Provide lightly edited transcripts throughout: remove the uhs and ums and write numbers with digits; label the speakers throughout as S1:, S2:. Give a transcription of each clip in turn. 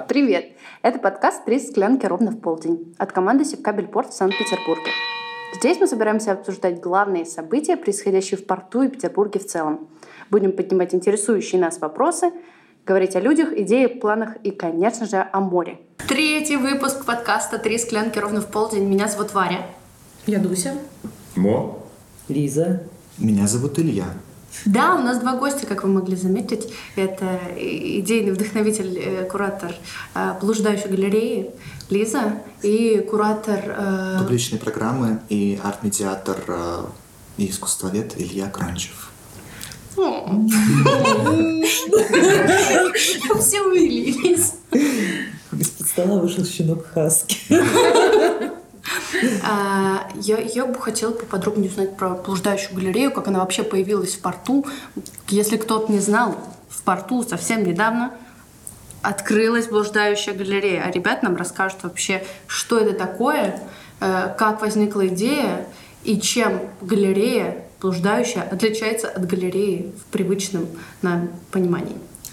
S1: Привет! Это подкаст «Три склянки ровно в полдень» от команды Севкабель-Порт в Санкт-Петербурге. Здесь мы собираемся обсуждать главные события, происходящие в порту и Петербурге в целом. Будем поднимать интересующие нас вопросы, говорить о людях, идеях, планах и, конечно же, о море.
S2: Третий выпуск подкаста «Три склянки ровно в полдень». Меня зовут Варя.
S3: Я Дуся.
S4: Мо.
S5: Лиза.
S4: Меня зовут Илья.
S2: Да, у нас два гостя, как вы могли заметить. Это идейный вдохновитель, куратор блуждающей галереи Лиза и куратор...
S4: Публичной программы и арт-медиатор и искусствовед Илья Кранчев.
S2: Все умилились.
S5: Из-под стола вышел щенок Хаски.
S2: Я бы хотела поподробнее узнать про блуждающую галерею, как она вообще появилась в порту. Если кто-то не знал, в порту совсем недавно открылась блуждающая галерея. А ребята нам расскажут вообще, что это такое, как возникла идея и чем галерея блуждающая отличается от галереи в привычном нам понимании.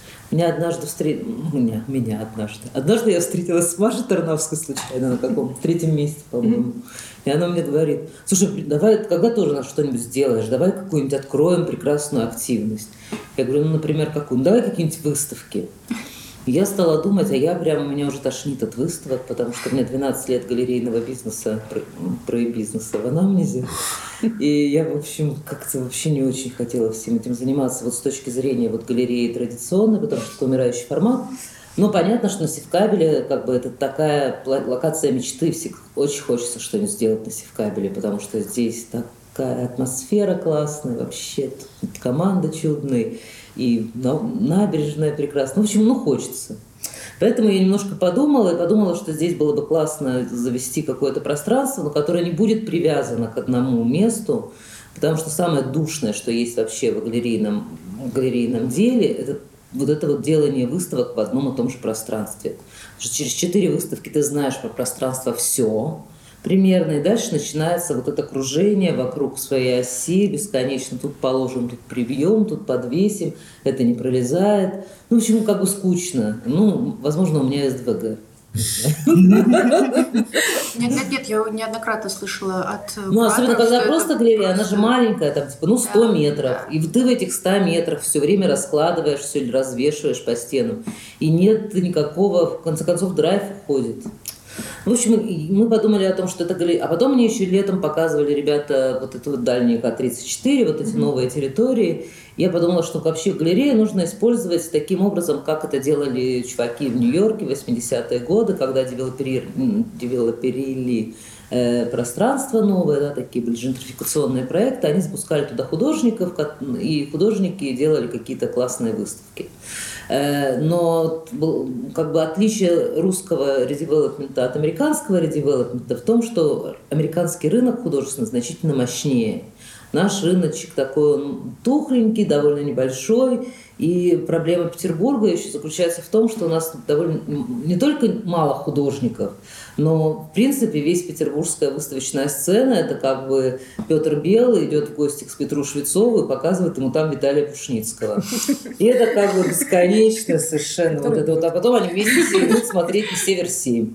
S5: Однажды я встретилась с Машей Тарнавской случайно на каком-то третьем месте, по-моему. И она мне говорит: слушай, давай, когда тоже что-нибудь сделаешь, давай какую-нибудь откроем прекрасную активность. Я говорю, например, какую? Давай какие-нибудь выставки. И я стала думать, меня уже тошнит от выставок, потому что у меня 12 лет галерейного бизнеса, бизнеса в анамнезе. И я, в общем, как-то вообще не очень хотела всем этим заниматься вот с точки зрения галереи традиционной, потому что это умирающий формат. Но понятно, что на Севкабеле это такая локация мечты. Очень хочется что-нибудь сделать на Севкабеле, потому что здесь такая атмосфера классная, вообще тут команда чудная. И набережная прекрасная. В общем, хочется. Поэтому я немножко подумала, что здесь было бы классно завести какое-то пространство, которое не будет привязано к одному месту, потому что самое душное, что есть вообще в галерейном деле, это делание выставок в одном и том же пространстве. Потому что через 4 выставки ты знаешь про пространство все примерно, и дальше начинается это кружение вокруг своей оси бесконечно. Тут положим, тут прибьем, тут подвесим, это не пролезает. В общем, скучно. Возможно, у меня СДВГ.
S2: Нет, я неоднократно слышала от
S5: особенно, когда просто галерея, она же маленькая, 100 метров. И ты в этих 100 метрах все время раскладываешь, все развешиваешь по стенам. И нет никакого, в конце концов, драйв уходит. В общем, мы подумали о том, что это галерея. А потом мне еще летом показывали ребята эту дальнюю К-34, эти новые территории. Я подумала, что вообще галерею нужно использовать таким образом, как это делали чуваки в Нью-Йорке в 80-е годы, когда девелоперили пространство новое, такие были джентрификационные проекты. Они запускали туда художников, и художники делали какие-то классные выставки. Но отличие русского редевелопмента от американского редевелопмента в том, что американский рынок художественно значительно мощнее. Наш рыночек такой тухленький, довольно небольшой. И проблема Петербурга еще заключается в том, что у нас довольно не только мало художников, но в принципе весь петербургская выставочная сцена — это Петр Белый идет в гости к Петру Швецову и показывает ему там Виталия Пушницкого. И это бесконечно совершенно. А потом они вместе идут смотреть на Север-7.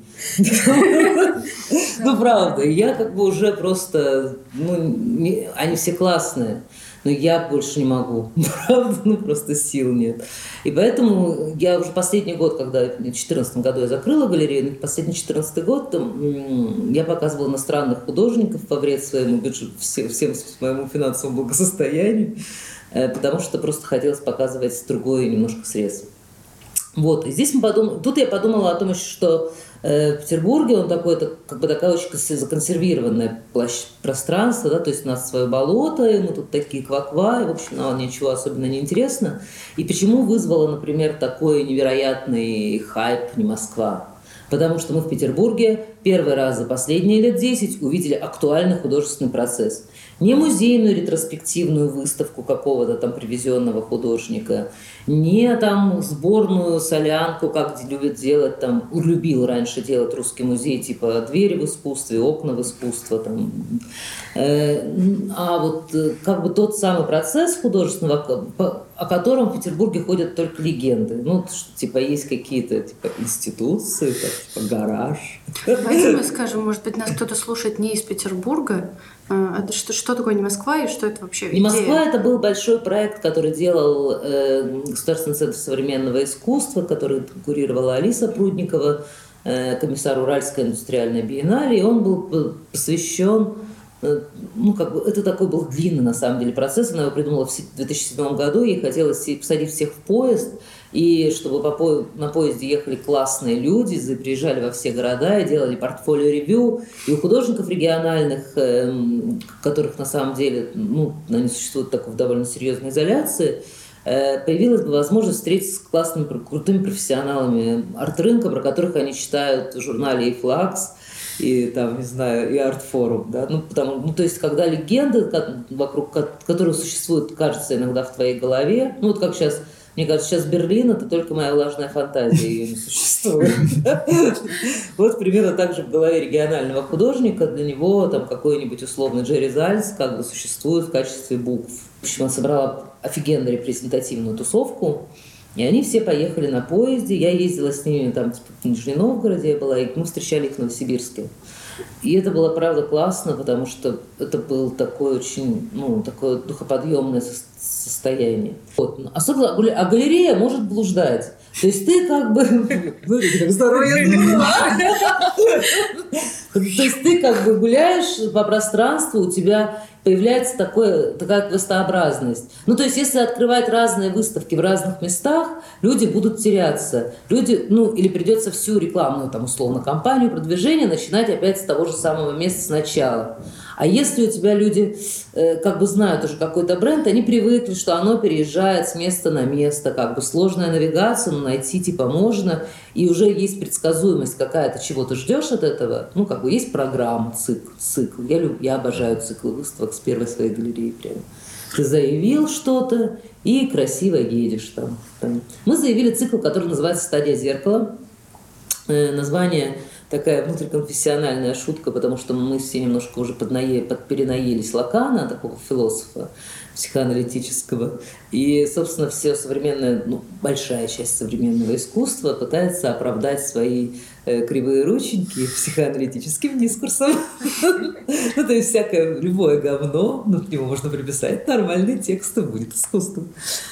S5: Правда. Я уже просто... Они все классные. Но я больше не могу. Правда, просто сил нет. И поэтому я уже последний год, когда в 2014 году я закрыла галерею, последний 2014 год я показывала иностранных художников во вред своему бюджету, всем своему финансовому благосостоянию, потому что просто хотелось показывать другое немножко средство. И здесь тут я подумала о том, что в Петербурге он такое очень законсервированное пространство, то есть у нас свое болото, и мы тут такие кваква, и, в общем, нам ничего особенно не интересно. И почему вызвало, например, такой невероятный хайп не Москва? Потому что мы в Петербурге первый раз за последние лет 10 увидели актуальный художественный процесс. Не музейную ретроспективную выставку какого-то привезенного художника, не сборную солянку, как любил раньше делать русский музей, двери в искусстве, окна в искусство. А тот самый процесс художественного о котором в Петербурге ходят только легенды. Ну, что, типа, есть какие-то типа институции, так, типа гараж.
S2: Давайте мы скажем, может быть, нас кто-то слушает не из Петербурга. Что такое «Не Москва» и что это вообще?
S5: «Не Москва» — это был большой проект, который делал Государственный центр современного искусства, который курировала Алиса Прудникова, комиссар Уральской индустриальной биеннале, и он был посвящен, ну, как бы, это такой был длинный, на самом деле, процесс. Она его придумала в 2007 году, ей хотелось посадить всех в поезд, и чтобы на поезде ехали классные люди, приезжали во все города и делали портфолио-ревью. И у художников региональных, которых на самом деле, ну, они существуют в довольно серьезной изоляции, появилась бы возможность встретиться с классными, крутыми профессионалами арт-рынка, про которых они читают в журнале «Эйфлакс», и там, не знаю, и арт-форум, да, то есть, когда легенды, вокруг которых существуют, кажется, иногда в твоей голове, ну, вот как сейчас, мне кажется, сейчас Берлин — это только моя влажная фантазия, ее не существует. Вот примерно так же в голове регионального художника, для него там какой-нибудь условный Джерри Зальц как бы существует в качестве букв. В общем, она собрала офигенно репрезентативную тусовку, и они все поехали на поезде. Я ездила с ними там, типа, в Нижнем Новгороде я была, и мы встречали их в Новосибирске. И это было, правда, классно, потому что это было такое очень, ну, такое духоподъемное состояние. Вот. Особенно, а галерея может блуждать. То есть ты как бы... Здоровье! То есть ты как бы гуляешь по пространству, у тебя появляется такая квестообразность. Ну, то есть, если открывать разные выставки в разных местах, люди будут теряться. Люди, ну, или придется всю рекламную, там, условно, кампанию продвижения начинать опять с того же самого места сначала. А если у тебя люди как бы знают уже какой-то бренд, они привыкли, что оно переезжает с места на место, как бы сложная навигация, но найти типа можно, и уже есть предсказуемость какая-то, чего ты ждешь от этого. Ну, как бы есть программа, цикл. Я обожаю циклы выставок с первой своей галереи прямо. Ты заявил что-то и красиво едешь там. Мы заявили цикл, который называется «Стадия зеркала». Название такая внутриконфессиональная шутка, потому что мы все немножко уже перенаелись Лакана, такого философа психоаналитического. И, собственно, все современное, ну, большая часть современного искусства пытается оправдать свои кривые рученьки психоаналитическим дискурсом. Ну, то есть всякое, любое говно, ну, к нему можно приписать нормальные тексты, будет искусством.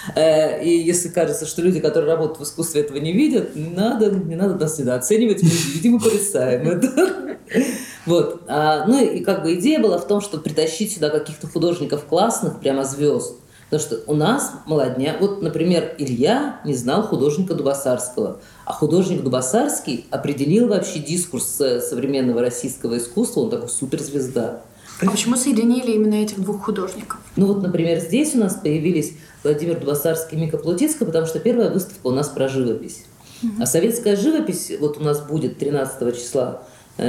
S5: И если кажется, что люди, которые работают в искусстве, этого не видят, не надо нас недооценивать, мы, видимо, порицаем это. Вот. Ну и как бы идея была в том, чтобы притащить сюда каких-то художников классных, прямо звезд. Потому что у нас молодня... Вот, например, Илья не знал художника Дубасарского. А художник Дубасарский определил вообще дискурс современного российского искусства. Он такой суперзвезда.
S2: А почему соединили именно этих двух художников?
S5: Ну вот, например, здесь у нас появились Владимир Дубасарский и Мика Плутицкая, потому что первая выставка у нас про живопись. А советская живопись вот у нас будет 13 числа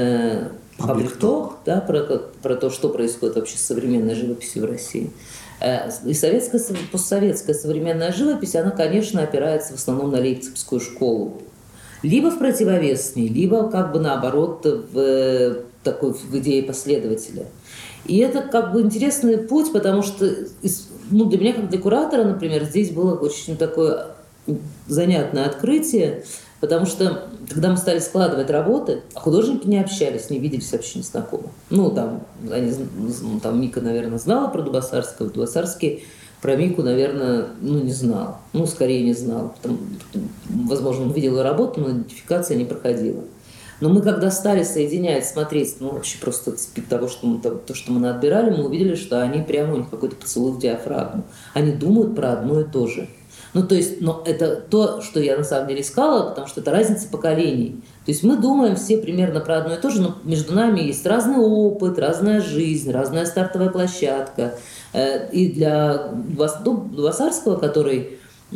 S5: Паблик-ток, да, про то, что происходит вообще с современной живописью в России. И постсоветская современная живопись, она, конечно, опирается в основном на Лейпцигскую школу. Либо в противовес с ней, либо как бы наоборот в идее последователя. И это как бы интересный путь, потому что, ну, для меня, как для куратора, например, здесь было очень такое занятное открытие, потому что, когда мы стали складывать работы, а художники не общались, не виделись, вообще не знакомы. Ну, там Мика, наверное, знала про Дубасарского, Дубасарский про Мику, наверное, не знал. Ну, скорее не знал. Возможно, он видел ее работу, но идентификация не проходила. Но мы, когда стали соединять, смотреть, ну, вообще просто того, что мы наотбирали, мы увидели, что они прямо, у них какой-то поцелуй в диафрагму. Они думают про одно и то же. Ну, то есть, но это то, что я на самом деле искала, потому что это разница поколений. То есть мы думаем все примерно про одно и то же, но между нами есть разный опыт, разная жизнь, разная стартовая площадка. И для Дубасарского, который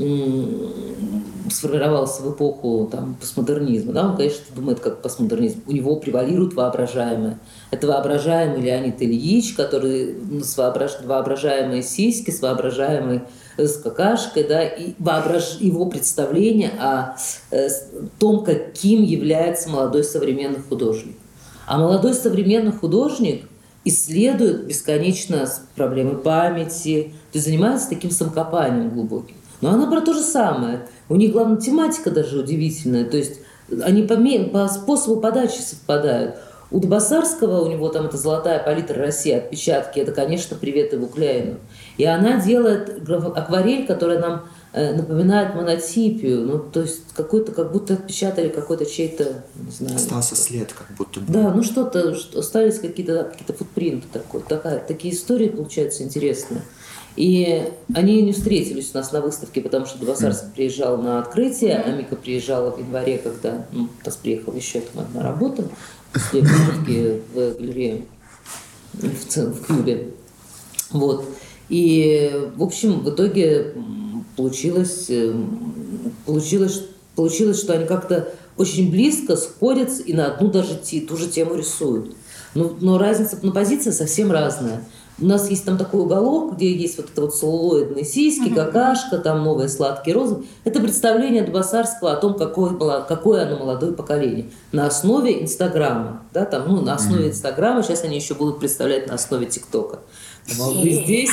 S5: сформировался в эпоху там, постмодернизма, да, он, конечно, думает как постмодернизм. У него превалирует воображаемое. Это воображаемый Леонид Ильич, который с воображаемой сиськи, с воображаемой с какашкой, да, и его представление о том, каким является молодой современный художник. А молодой современный художник исследует бесконечно проблемы памяти, то есть занимается таким самокопанием глубоким. Но она про то же самое. У них, главное, тематика даже удивительная. То есть они по способу подачи совпадают. У Дубасарского, у него там эта золотая палитра России, отпечатки, это, конечно, привет Иву Кляйну. И она делает акварель, которая нам напоминает монотипию. Ну, то есть какой-то, как будто отпечатали какой-то чей-то, не знаю.
S4: Остался след, как будто бы.
S5: Да, ну что-то, остались какие-то футпринты. Такие истории получаются интересные. И они не встретились у нас на выставке, потому что Дубасарский приезжал на открытие, а Мика приезжала в январе, когда Тас приехал еще там одна работа после выставки в галерее, в клубе. Вот. И, в общем, в итоге получилось, что они как-то очень близко сходятся и на одну даже ту же тему рисуют. Но разница, позиция совсем разная. У нас есть там такой уголок, где есть вот это вот целлулоидные сиськи, какашка, там новые сладкие розы. Это представление Дубасарского о том, какое оно молодое поколение. На основе Инстаграма. Да, там, на основе Инстаграма. Сейчас они еще будут представлять на основе ТикТока. А ты здесь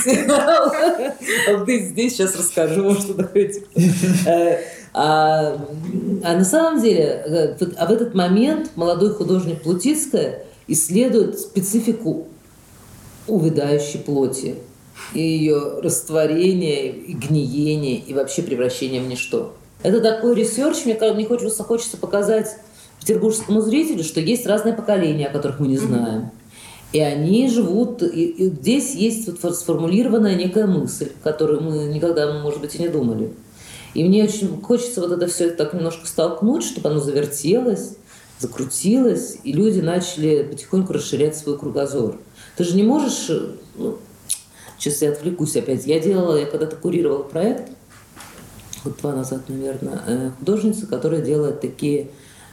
S5: сейчас расскажу, что такое ТикТок. А на самом деле, в этот момент молодой художник Плутицкая исследует специфику увядающей плоти и ее растворение, и гниение, и вообще превращение в ничто. Это такой ресерч, мне хочется показать петербургскому зрителю, что есть разные поколения, о которых мы не знаем. И они живут, и здесь есть вот сформулированная некая мысль, которую мы никогда, может быть, и не думали. И мне очень хочется вот это все так немножко столкнуть, чтобы оно завертелось, закрутилось, и люди начали потихоньку расширять свой кругозор. Ты же не можешь... сейчас я отвлекусь опять. Я когда-то курировала проект, год 2 назад, наверное, художница, которая делает такие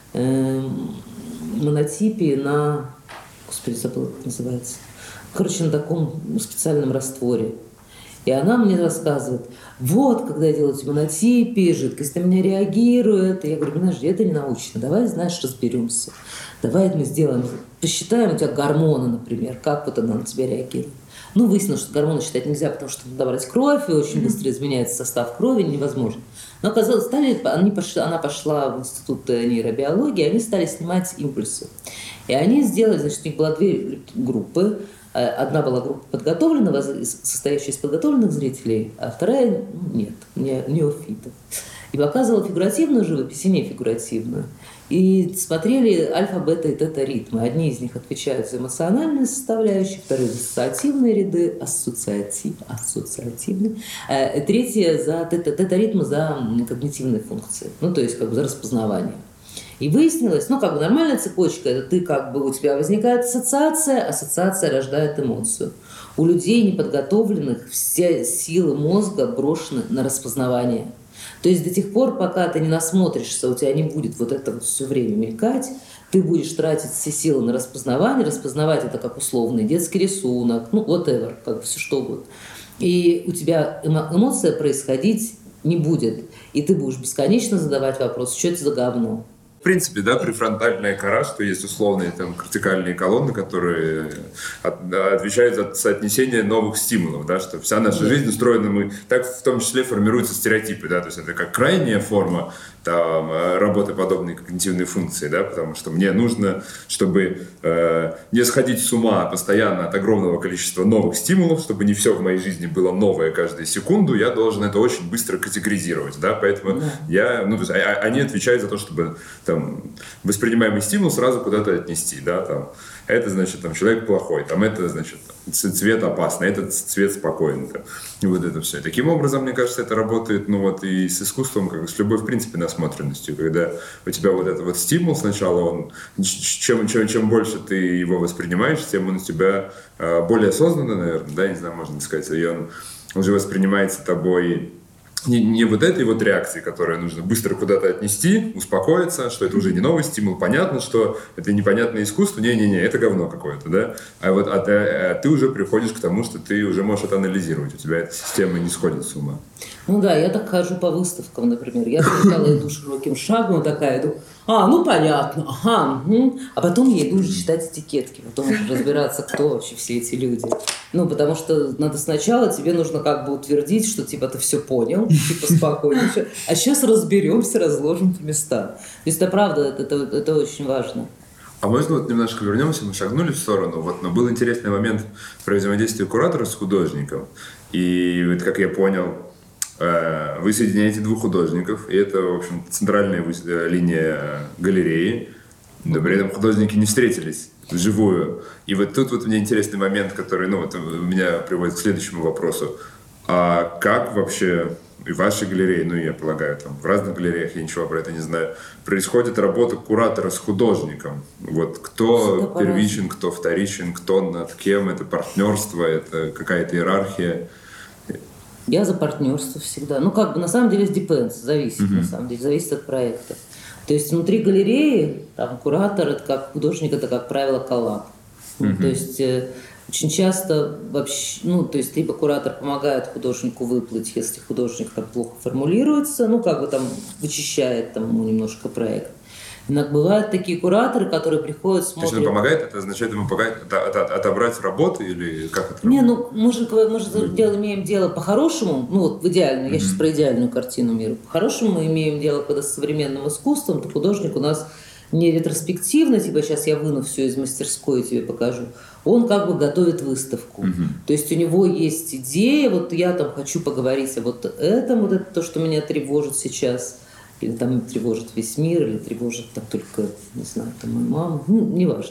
S5: монотипии на... Господи, забыла, как называется. Короче, на таком специальном растворе. И она мне рассказывает, вот, когда я делаю эти монотипии, жидкость на меня реагирует. И я говорю, подожди, это не научно, давай, знаешь, разберемся. Давай мы сделаем, посчитаем у тебя гормоны, например, как вот она на тебя реагирует. Выяснилось, что гормоны считать нельзя, потому что надо брать кровь, и очень быстро изменяется состав крови, невозможно. Но оказалось, она пошла в институт нейробиологии, они стали снимать импульсы. И они сделали, значит, у них было 2 группы. Одна была группа подготовленного, состоящая из подготовленных зрителей, а вторая неофитов. И показывала фигуративную живопись и нефигуративную. И смотрели альфа, бета и тета ритмы. Одни из них отвечают за эмоциональные составляющие, вторые за ассоциативные ряды, ассоциативные. Третья за тета-ритмы за когнитивные функции. То есть за распознавание. И выяснилось, нормальная цепочка, это у тебя возникает ассоциация рождает эмоцию. У людей неподготовленных все силы мозга брошены на распознавание. То есть до тех пор, пока ты не насмотришься, у тебя не будет вот это все время мелькать, ты будешь тратить все силы на распознавание. Распознавать это как условный детский рисунок, whatever, все что угодно. И у тебя эмоция происходить не будет. И ты будешь бесконечно задавать вопрос, что это за говно.
S3: В принципе, да, префронтальная кора, что есть условные кортикальные колонны, которые отвечают за соотнесение новых стимулов, да, что вся наша жизнь устроена, так в том числе формируются стереотипы, да, то есть это как крайняя форма работы подобной когнитивной функции, да, потому что мне нужно, чтобы не сходить с ума постоянно от огромного количества новых стимулов, чтобы не все в моей жизни было новое каждую секунду, я должен это очень быстро категоризировать, да, поэтому они отвечают за то, чтобы воспринимаемый стимул сразу куда-то отнести, да, это значит человек плохой, это значит цвет опасный, этот цвет спокойный, и вот это все. Таким образом, мне кажется, это работает, и с искусством, как с любой, в принципе, насмотренностью, когда у тебя вот этот стимул сначала, чем больше ты его воспринимаешь, тем он у тебя более осознанно, наверное, да, не знаю, можно сказать, и он уже воспринимается тобой не вот этой реакции, которую нужно быстро куда-то отнести, успокоиться, что это уже не новый стимул, понятно, что это непонятное искусство, это говно какое-то, да, а ты уже приходишь к тому, что ты уже можешь это анализировать, у тебя эта система не сходит с ума.
S5: Я так хожу по выставкам, например, я сначала иду широким шагом, иду, ну понятно, ага. А потом я иду уже читать этикетки, потом уже разбираться, кто вообще все эти люди. Потому что надо сначала, тебе нужно как бы утвердить, что типа ты все понял, типа спокойно. А сейчас разберемся, разложим по местам. То есть это правда, это очень важно.
S3: А можно немножко вернемся, мы шагнули в сторону, но был интересный момент про взаимодействие куратора с художником. И как я понял, вы соединяете двух художников, и это, в общем, центральная линия галереи, но при этом художники не встретились вживую. И тут мне интересный момент, который меня приводит к следующему вопросу. А как вообще и в вашей галерее, я полагаю, в разных галереях, я ничего про это не знаю, происходит работа куратора с художником? Кто первичен, кто вторичен, кто над кем, это партнерство, это какая-то иерархия?
S5: Я за партнерство всегда. На самом деле, depends, зависит, на самом деле, зависит от проекта. То есть внутри галереи, куратор, это как художник, это, как правило, коллаб. То есть очень часто вообще, либо куратор помогает художнику выплыть, если художник плохо формулируется, вычищает ему немножко проект. Иногда бывают такие кураторы, которые приходят, смотрят...
S3: То есть он помогает, это означает, ему помогает отобрать работы или как это?
S5: Мы же имеем дело по-хорошему, в идеальную, я сейчас про идеальную картину мира, по-хорошему мы имеем дело, когда с современным искусством, то художник у нас не ретроспективно, сейчас я выну все из мастерской и тебе покажу, он готовит выставку. То есть у него есть идея, я хочу поговорить о этом, это то, что меня тревожит сейчас, или тревожит весь мир, или тревожит только, не знаю, мою маму, неважно.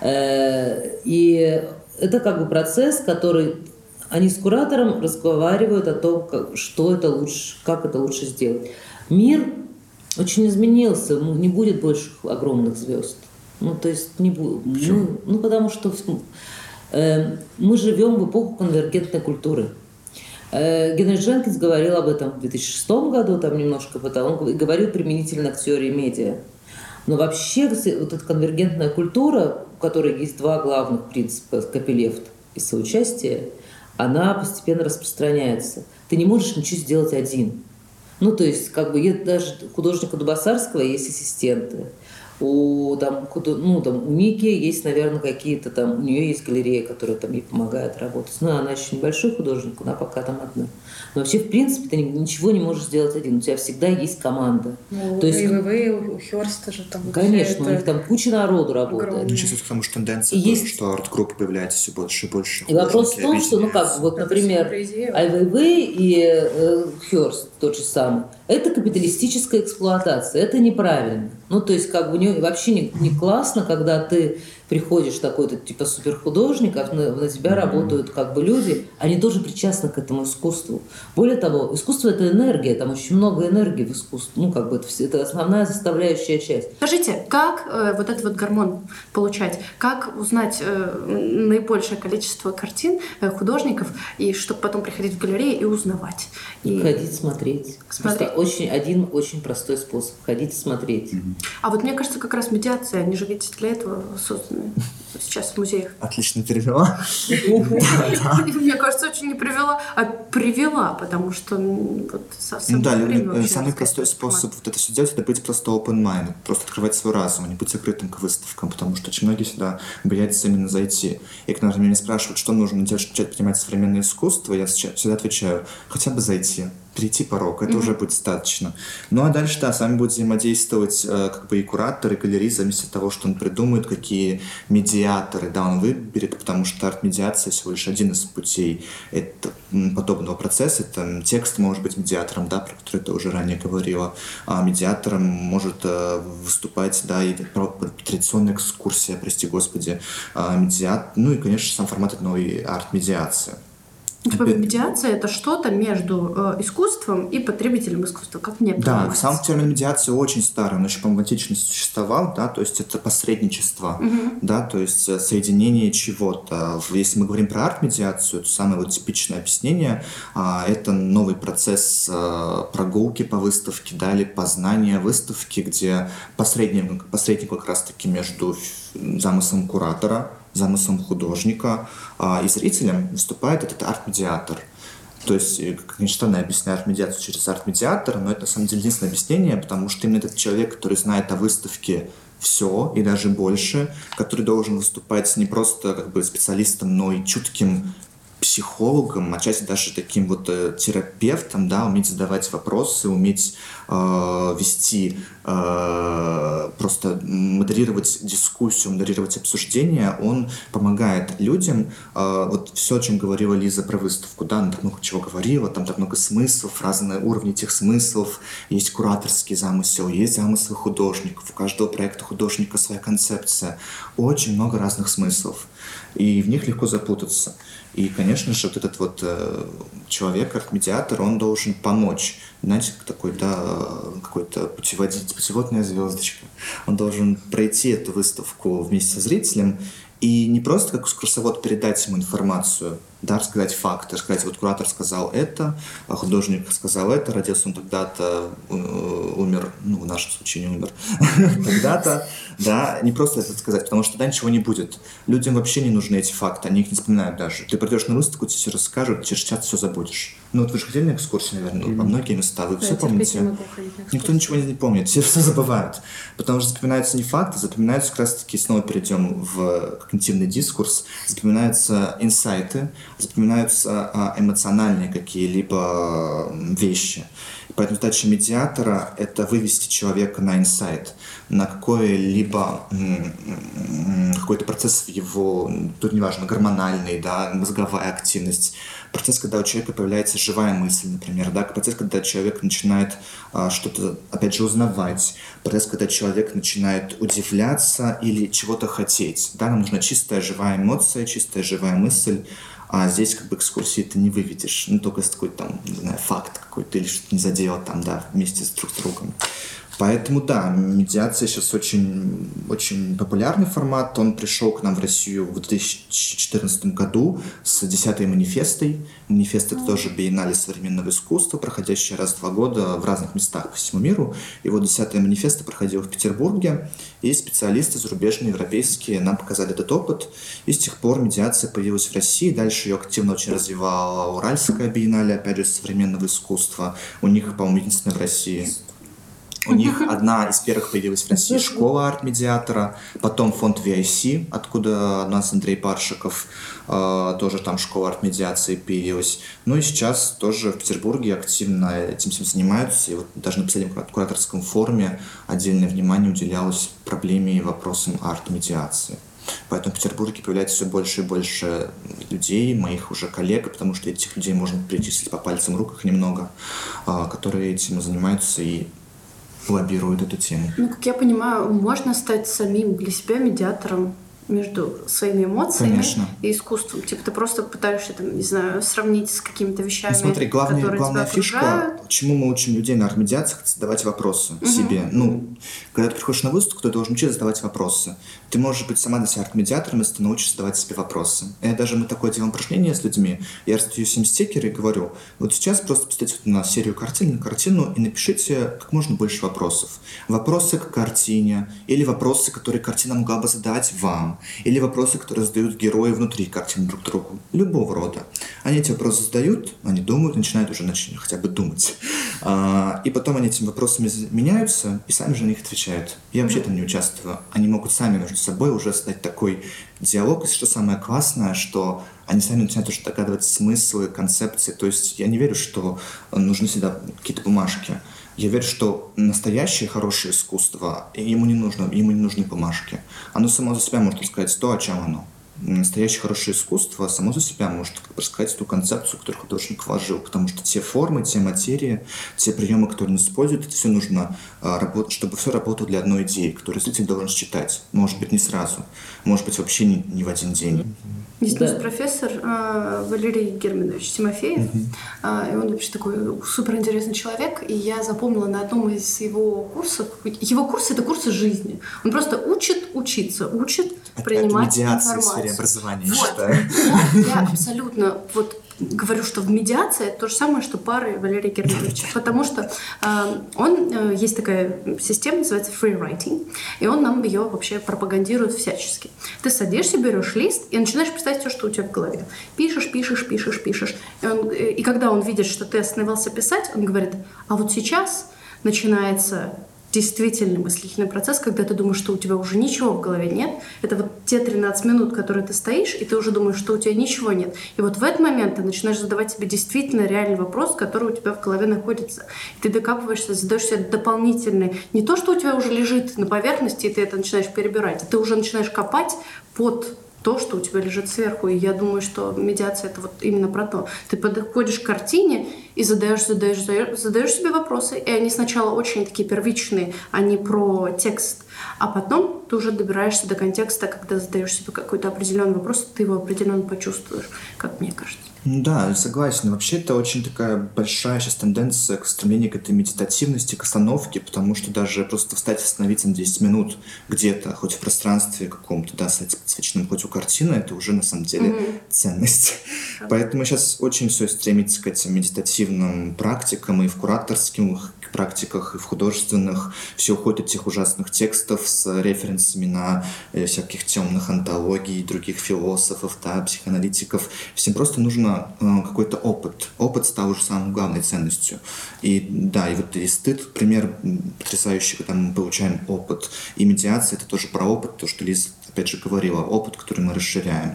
S5: И это процесс, который они с куратором разговаривают о том, что это лучше, как это лучше сделать. Мир очень изменился, не будет больше огромных звезд. Не будет. Потому что мы живем в эпоху конвергентной культуры. Генри Дженкинс говорил об этом в 2006 году, немножко потом, он говорил применительно к теории медиа. Но вообще эта конвергентная культура, у которой есть два главных принципа, копилефт и соучастие, она постепенно распространяется. Ты не можешь ничего сделать один. Даже у художника Дубасарского есть ассистенты. У Мики есть, наверное, какие-то у нее есть галерея, которая ей помогает работать. Она еще небольшой художник, она пока одна. Но вообще, в принципе, ты ничего не можешь сделать один. У тебя всегда есть команда.
S2: То есть, у Хёрста же
S5: конечно, у них куча народу работает.
S4: Сейчас потому что тенденция тоже, что арт-группы появляется все больше и больше.
S5: И вопрос в том, что, например, Ай-Вэй-Вэй и Хёрст, тот же самый, это капиталистическая эксплуатация, это неправильно. То есть, у нее вообще не классно, когда ты приходишь такой-то типа суперхудожник, а на тебя работают люди, они тоже причастны к этому искусству. Более того, искусство — это энергия, там очень много энергии в искусстве, это основная составляющая часть.
S2: Скажите, как этот гормон получать? Как узнать наибольшее количество картин художников, и чтобы потом приходить в галерею и узнавать?
S5: Ходить, смотреть. Один очень простой способ — ходить и смотреть.
S2: А мне кажется, как раз медиация, они же ведь для этого созданы сейчас в музеях.
S4: Отлично перевела.
S2: Мне кажется, очень не привела, а привела, потому что
S4: самый простой способ это все делать, это быть просто open-minded, просто открывать свой разум, не быть закрытым к выставкам, потому что очень многие всегда боятся именно зайти. И когда меня спрашивают, что нужно делать, чтобы начать понимать современное искусство, я всегда отвечаю: хотя бы зайти. Перейти порог, это уже будет достаточно. А дальше, с вами будет взаимодействовать и куратор, и галерист, зависит от того, что он придумает, какие медиаторы он выберет, потому что арт-медиация всего лишь один из путей подобного процесса. Текст может быть медиатором, про который ты уже ранее говорила, а медиатором может выступать, и традиционная экскурсия, прости господи, и, конечно, сам формат новой арт-медиации.
S2: Медиация — это что-то между искусством и потребителем искусства, как мне понимается.
S4: Да, сам термин медиация очень старый, он еще, по-моему, в античности существовал, то есть это посредничество, то есть соединение чего-то. Если мы говорим про арт-медиацию, то самое типичное объяснение — это новый процесс прогулки по выставке, или познания выставки, где посредник как раз-таки между замыслом куратора, замыслом художника и зрителем выступает этот арт-медиатор. То есть, как ни странно, объясняют медиацию через арт-медиатора, но это на самом деле единственное объяснение, потому что именно этот человек, который знает о выставке все и даже больше, который должен выступать не просто как бы специалистом, но и чутким психологом, отчасти даже таким вот терапевтом, да, уметь задавать вопросы, уметь вести, просто модерировать дискуссию, модерировать обсуждение, он помогает людям. Вот все, о чем говорила Лиза про выставку, да, она так много чего говорила, там так много смыслов, разные уровни этих смыслов, есть кураторский замысел, есть замыслы художников, у каждого проекта художника своя концепция, очень много разных смыслов, и в них легко запутаться. И, конечно же, вот этот вот человек, арт-медиатор, он должен помочь. Знаете, такой, да, какой-то путеводная звездочка. Он должен пройти эту выставку вместе со зрителем и не просто как экскурсовод передать ему информацию, да, рассказать факты, рассказать, вот куратор сказал это, а художник сказал это, родился он тогда-то, умер, ну, в нашем случае не умер, тогда-то, да, не просто это сказать, потому что тогда ничего не будет. Людям вообще не нужны эти факты, они их не вспоминают даже. Ты придешь на выставку, тебе все расскажут, через час все забудешь. Ну, вот вы же ходили на экскурсии, наверное, по многие места, вы все помните? Никто ничего не помнит, все забывают, потому что запоминаются не факты, запоминаются как раз-таки, снова перейдем в когнитивный дискурс, запоминаются инсайты, запоминаются эмоциональные какие-либо вещи. Поэтому задача медиатора – это вывести человека на инсайт, на какой-либо какой-то процесс в его, тут неважно, гормональный, да, мозговая активность, процесс, когда у человека появляется живая мысль, например, да, процесс, когда человек начинает что-то, опять же, узнавать, процесс, когда человек начинает удивляться или чего-то хотеть. Да, нам нужна чистая живая эмоция, чистая живая мысль, а здесь как бы экскурсии ты не выведешь, ну только если какой-то там, не знаю, факт какой-то или что-то не заделал там, да, вместе друг с другом. Поэтому, да, медиация сейчас очень, очень популярный формат. Он пришел к нам в Россию в 2014 году с 10-й манифестой. Манифест — это тоже биеннале современного искусства, проходящая раз в 2 года в разных местах по всему миру. И вот 10-я манифеста проходила в Петербурге, и специалисты зарубежные, европейские нам показали этот опыт. И с тех пор медиация появилась в России. Дальше ее активно очень развивала Уральская биеннале, опять же, современного искусства. У них, по-моему, единственная в России. У них одна из первых появилась в России школа арт-медиатора, потом фонд VIC, откуда у нас Андрей Паршиков, тоже там школа арт-медиации появилась. Ну и сейчас тоже в Петербурге активно этим всем занимаются. И вот даже на последнем кураторском форуме отдельное внимание уделялось проблеме и вопросам арт-медиации. Поэтому в Петербурге появляется все больше и больше людей, моих уже коллег, потому что этих людей можно перечислить по пальцам рук, их немного, которые этим занимаются и лоббируют эту тему.
S2: Ну, как я понимаю, можно стать самим для себя медиатором между своими эмоциями, конечно, и искусством. Типа ты просто пытаешься, там, не знаю, сравнить с какими-то вещами,
S4: смотри,
S2: которые
S4: главная
S2: тебя
S4: фишка,
S2: окружают.
S4: Чему мы учим людей на арт-медиациях, задавать вопросы себе. Ну, когда ты приходишь на выставку, ты должен учиться задавать вопросы. Ты можешь быть сама для себя арт-медиатором, если ты научишься задавать себе вопросы. И даже мы такое делаем упражнение с людьми. Я раздаю им стикеры и говорю, вот сейчас просто поставьте на серию картин, на картину и напишите как можно больше вопросов. Вопросы к картине, или вопросы, которые картина могла бы задать вам, или вопросы, которые задают герои внутри картины друг другу. Любого рода. Они эти вопросы задают, они думают, начинают уже хотя бы думать. И потом они этими вопросами меняются, и сами же на них отвечают. Я вообще там не участвую. Они могут сами между собой уже создать такой диалог. И что самое классное, что они сами начинают уже догадывать смыслы, концепции. То есть я не верю, что нужны всегда какие-то бумажки. Я верю, что настоящее хорошее искусство, ему не нужны бумажки. Оно само за себя может рассказать то, о чем оно. Настоящее хорошее искусство само за себя может рассказать ту концепцию, которую художник вложил. Потому что те формы, те материи, те приемы, которые он использует, это все нужно, чтобы все работало для одной идеи, которую зритель должен считать. Может быть, не сразу. Может быть, вообще не в один день.
S2: Есть у нас профессор Валерий Германович Тимофеев, и он вообще такой суперинтересный человек, и я запомнила на одном из его курсов, его курсы — это курсы жизни. Он просто учит принимать
S4: медиация
S2: информацию.
S4: в сфере образования,
S2: вот.
S4: я считаю.
S2: Я абсолютно, вот говорю, что в медиации это то же самое, что пары Валерия Германовича, потому что есть такая система, называется free writing, и он нам ее вообще пропагандирует всячески. Ты садишься, берешь лист и начинаешь писать все, что у тебя в голове. Пишешь. И когда он видит, что ты остановился писать, он говорит, а вот сейчас начинается действительно мыслительный процесс, когда ты думаешь, что у тебя уже ничего в голове нет. Это вот те 13 минут, которые ты стоишь, и ты уже думаешь, что у тебя ничего нет. И вот в этот момент ты начинаешь задавать себе действительно реальный вопрос, который у тебя в голове находится. И ты докапываешься, задаешь себе дополнительный... Не то, что у тебя уже лежит на поверхности, и ты это начинаешь перебирать, а ты уже начинаешь копать под то, что у тебя лежит сверху. И я думаю, что медиация — это вот именно про то. Ты подходишь к картине и задаешь себе вопросы, и они сначала очень такие первичные, они про текст, а потом ты уже добираешься до контекста, когда задаешь себе какой-то определенный вопрос, ты его определенно почувствуешь, как мне кажется.
S4: Да, согласен. Вообще это очень такая большая сейчас тенденция к стремлению к этой медитативности, к остановке, потому что даже просто встать и остановиться на 10 минут где-то, хоть в пространстве каком-то, да, свечном, хоть у картины, это уже на самом деле ценность. Поэтому сейчас очень все стремится к этим медитативным практикам и в кураторских практиках, и в художественных. Все уходит от этих ужасных текстов с референсами на всяких темных антологий, других философов, да, психоаналитиков. Всем просто нужно какой-то опыт. Опыт стал уже самой главной ценностью. И да, и вот и стыд, пример потрясающий, когда мы получаем опыт. И медиация — это тоже про опыт, то, что Лиза опять же говорила, опыт, который мы расширяем.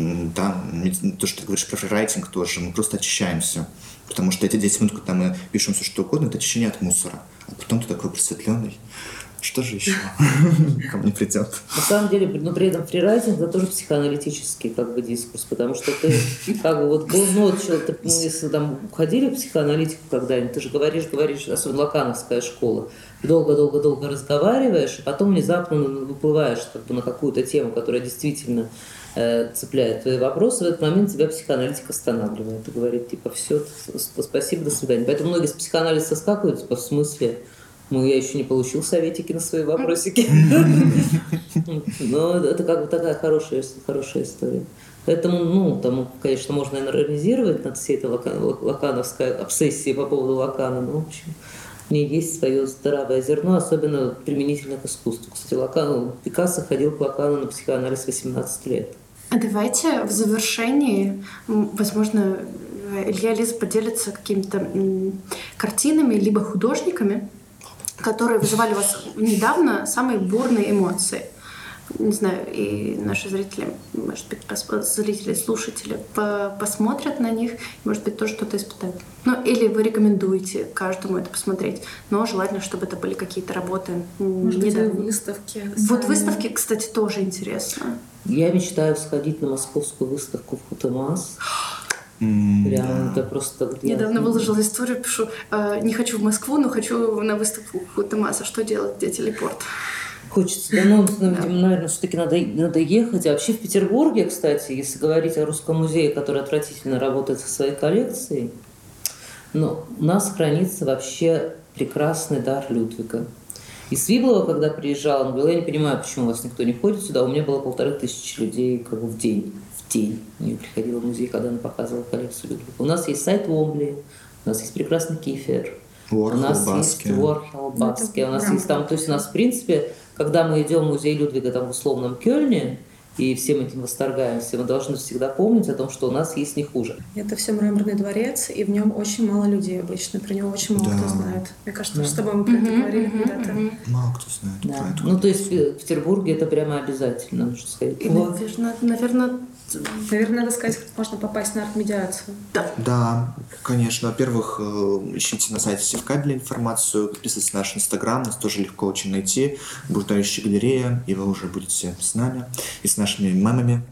S4: Да, то, что ты говоришь про фрирайтинг тоже, мы просто очищаемся. Потому что эти 10 минут, когда мы пишем все что угодно, это очищение от мусора. А потом ты такой просветленный. Что же еще ко мне придет?
S5: На самом деле, но при этом фрирайтинг — это тоже психоаналитический как бы дискурс, потому что ты как бы вот был, если там ходили в психоаналитику когда-нибудь, ты же говоришь, особенно лакановская школа, долго-долго-долго разговариваешь, а потом внезапно выплываешь как бы на какую-то тему, которая действительно цепляет твои вопросы, в этот момент тебя психоаналитик останавливает и говорит, типа, все, спасибо, до свидания. Поэтому многие с психоанализа соскакивают, в смысле, я еще не получил советики на свои вопросики. Но это как бы такая хорошая история. Поэтому, там, конечно, можно иронизировать над всей этой лакановской обсессией по поводу Лакана, но, в общем, в ней есть свое здоровое зерно, особенно применительно к искусству. Кстати, Пикассо ходил к Лакану на психоанализ 18 лет.
S2: А давайте в завершении, возможно, Илья и Лиза поделятся какими-то картинами либо художниками, которые вызывали у вас недавно самые бурные эмоции. Не знаю, и наши зрители, может быть, зрители, слушатели посмотрят на них, может быть, тоже что-то испытают. Или вы рекомендуете каждому это посмотреть, но желательно, чтобы это были какие-то работы
S6: может быть, выставки.
S2: Вот выставки, кстати, тоже интересно.
S5: Я мечтаю сходить на московскую выставку в Хутемас. Прям это просто...
S2: Недавно выложила историю, пишу, не хочу в Москву, но хочу на выставку Хутемаса. Что делать, где телепорт?
S5: Хочется, видимо, наверное, все-таки надо ехать. А вообще в Петербурге, кстати, если говорить о Русском музее, который отвратительно работает со своей коллекцией, но у нас хранится вообще прекрасный дар Людвига. И Свиблова, когда приезжала, он говорил, я не понимаю, почему у вас никто не ходит сюда. У меня было 1500 людей как бы в день. У нее приходила в музей, когда она показывала коллекцию Людвига. У нас есть сайт Уомбли, у нас есть прекрасный Кифер, у нас есть Ворхол, Баски, у нас есть там, то есть у нас, в принципе, когда мы идем в музей Людвига там в условном Кёльне, и всем этим восторгаемся, мы должны всегда помнить о том, что у нас есть не хуже.
S6: Это все мраморный дворец, и в нем очень мало людей обычно, про него очень мало кто знает. Мне кажется, с тобой мы про это говорили когда-то.
S4: Мало кто знает про это.
S5: Ну, то есть в Петербурге это прямо обязательно нужно сходить.
S6: Наверное, надо сказать, как можно попасть на арт-медиацию.
S4: Да, конечно. Во-первых, ищите на сайте Севкабеля информацию, подписывайтесь на наш Инстаграм, нас тоже легко очень найти. Блуждающая галерея, и вы уже будете с нами и с нашими мамами.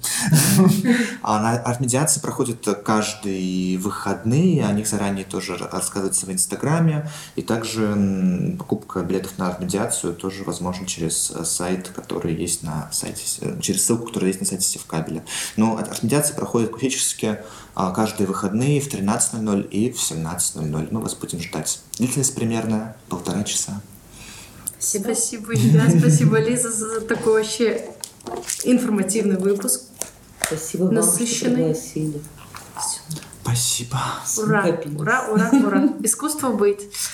S4: А арт-медиация проходит каждые выходные, о них заранее тоже рассказывается в Инстаграме, и также покупка билетов на арт-медиацию тоже возможно через сайт, который есть на сайте, через ссылку, которая есть на сайте Севкабеля. Но арт-медиация проходит классически каждые выходные в 13:00 и в 17:00. Мы вас будем ждать. Длительность примерно 1,5 часа.
S2: Спасибо, Илья, спасибо, Лиза, за такой вообще информативный выпуск.
S5: Спасибо вам,
S2: насыщенный.
S5: что пригласили.
S4: Спасибо.
S2: Ура,
S5: Накопились.
S2: ура, ура, ура. Искусство быть.